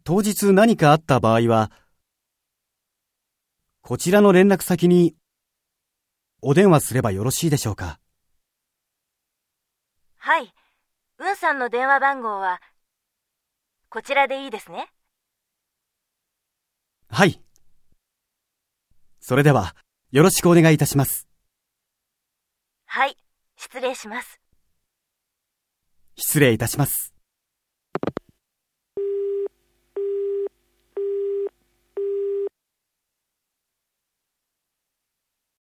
当日何かあった場合は、こちらの連絡先にお電話すればよろしいでしょうか。 はい。さんの電話番号は、こちらでいいですね。 はい。それでは、よろしくお願いいたします。 はい。失礼します。 失礼いたします。